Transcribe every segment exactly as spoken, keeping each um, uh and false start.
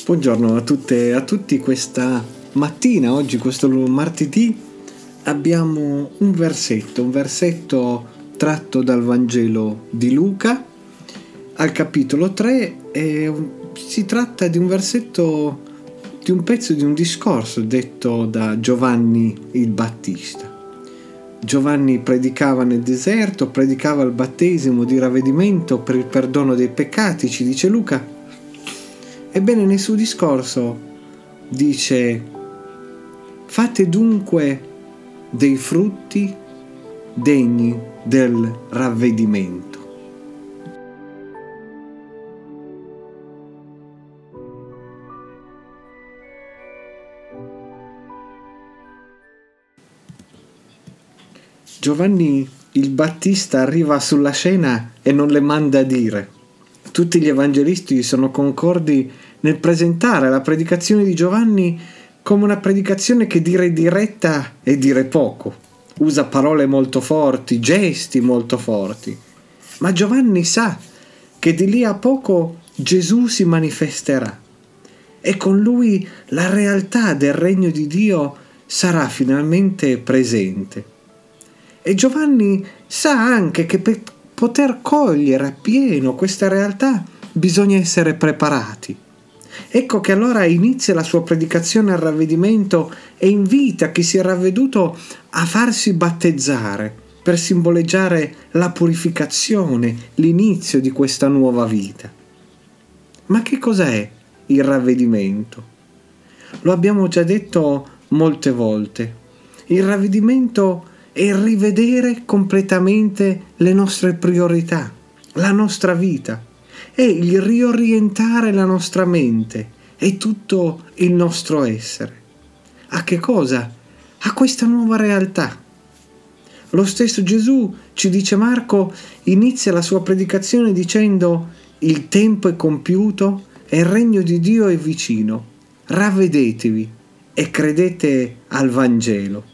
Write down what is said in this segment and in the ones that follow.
Buongiorno a tutte e a tutti. Questa mattina, oggi, questo martedì, abbiamo un versetto, un versetto tratto dal Vangelo di Luca, al capitolo tre, e si tratta di un versetto, di un pezzo di un discorso detto da Giovanni il Battista. Giovanni predicava nel deserto, predicava il battesimo di ravvedimento per il perdono dei peccati, ci dice Luca. Ebbene, nel suo discorso dice: fate dunque dei frutti degni del ravvedimento. Giovanni il Battista arriva sulla scena e non le manda a dire. Tutti gli evangelisti sono concordi nel presentare la predicazione di Giovanni come una predicazione che dire diretta e dire poco. Usa parole molto forti, gesti molto forti. Ma Giovanni sa che di lì a poco Gesù si manifesterà e con lui la realtà del regno di Dio sarà finalmente presente. E Giovanni sa anche che per poter cogliere appieno questa realtà bisogna essere preparati. Ecco che allora inizia la sua predicazione al ravvedimento e invita chi si è ravveduto a farsi battezzare per simboleggiare la purificazione, l'inizio di questa nuova vita. Ma che cos'è il ravvedimento? Lo abbiamo già detto molte volte. Il ravvedimento è rivedere completamente le nostre priorità, la nostra vita, è il riorientare la nostra mente e tutto il nostro essere. A che cosa? A questa nuova realtà. Lo stesso Gesù, ci dice Marco, inizia la sua predicazione dicendo: il tempo è compiuto e il regno di Dio è vicino. Ravvedetevi e credete al Vangelo.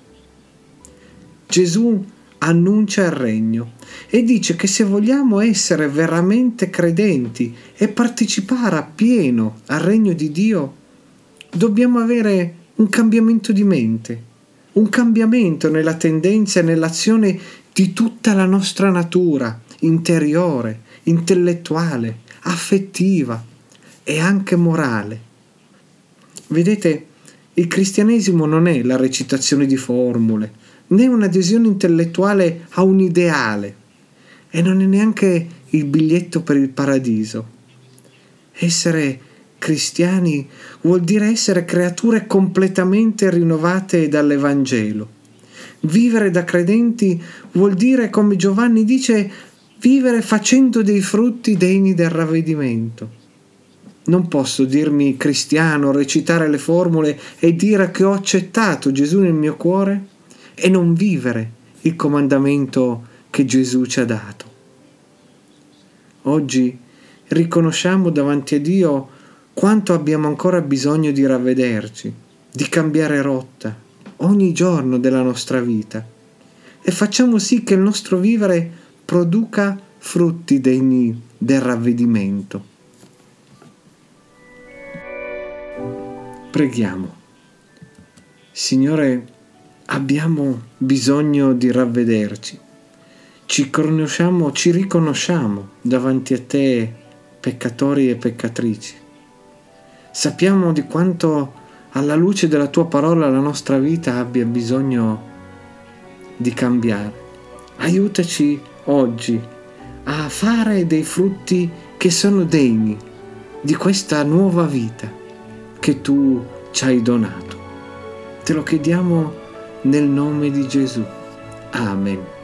Gesù annuncia il regno e dice che se vogliamo essere veramente credenti e partecipare appieno al regno di Dio, dobbiamo avere un cambiamento di mente, un cambiamento nella tendenza e nell'azione di tutta la nostra natura interiore, intellettuale, affettiva e anche morale. Vedete, il cristianesimo non è la recitazione di formule, né un'adesione intellettuale a un ideale, e non è neanche il biglietto per il paradiso. Essere cristiani vuol dire essere creature completamente rinnovate dall'Evangelo. Vivere da credenti vuol dire, come Giovanni dice, vivere facendo dei frutti degni del ravvedimento. Non posso dirmi cristiano, recitare le formule e dire che ho accettato Gesù nel mio cuore e non vivere il comandamento che Gesù ci ha dato. Oggi riconosciamo davanti a Dio quanto abbiamo ancora bisogno di ravvederci, di cambiare rotta ogni giorno della nostra vita, e facciamo sì che il nostro vivere produca frutti degni del ravvedimento. Preghiamo. Signore, abbiamo bisogno di ravvederci. Ci conosciamo, ci riconosciamo davanti a te peccatori e peccatrici. Sappiamo di quanto alla luce della tua parola la nostra vita abbia bisogno di cambiare. Aiutaci oggi a fare dei frutti che sono degni di questa nuova vita che tu ci hai donato. Te lo chiediamo nel nome di Gesù. Amen.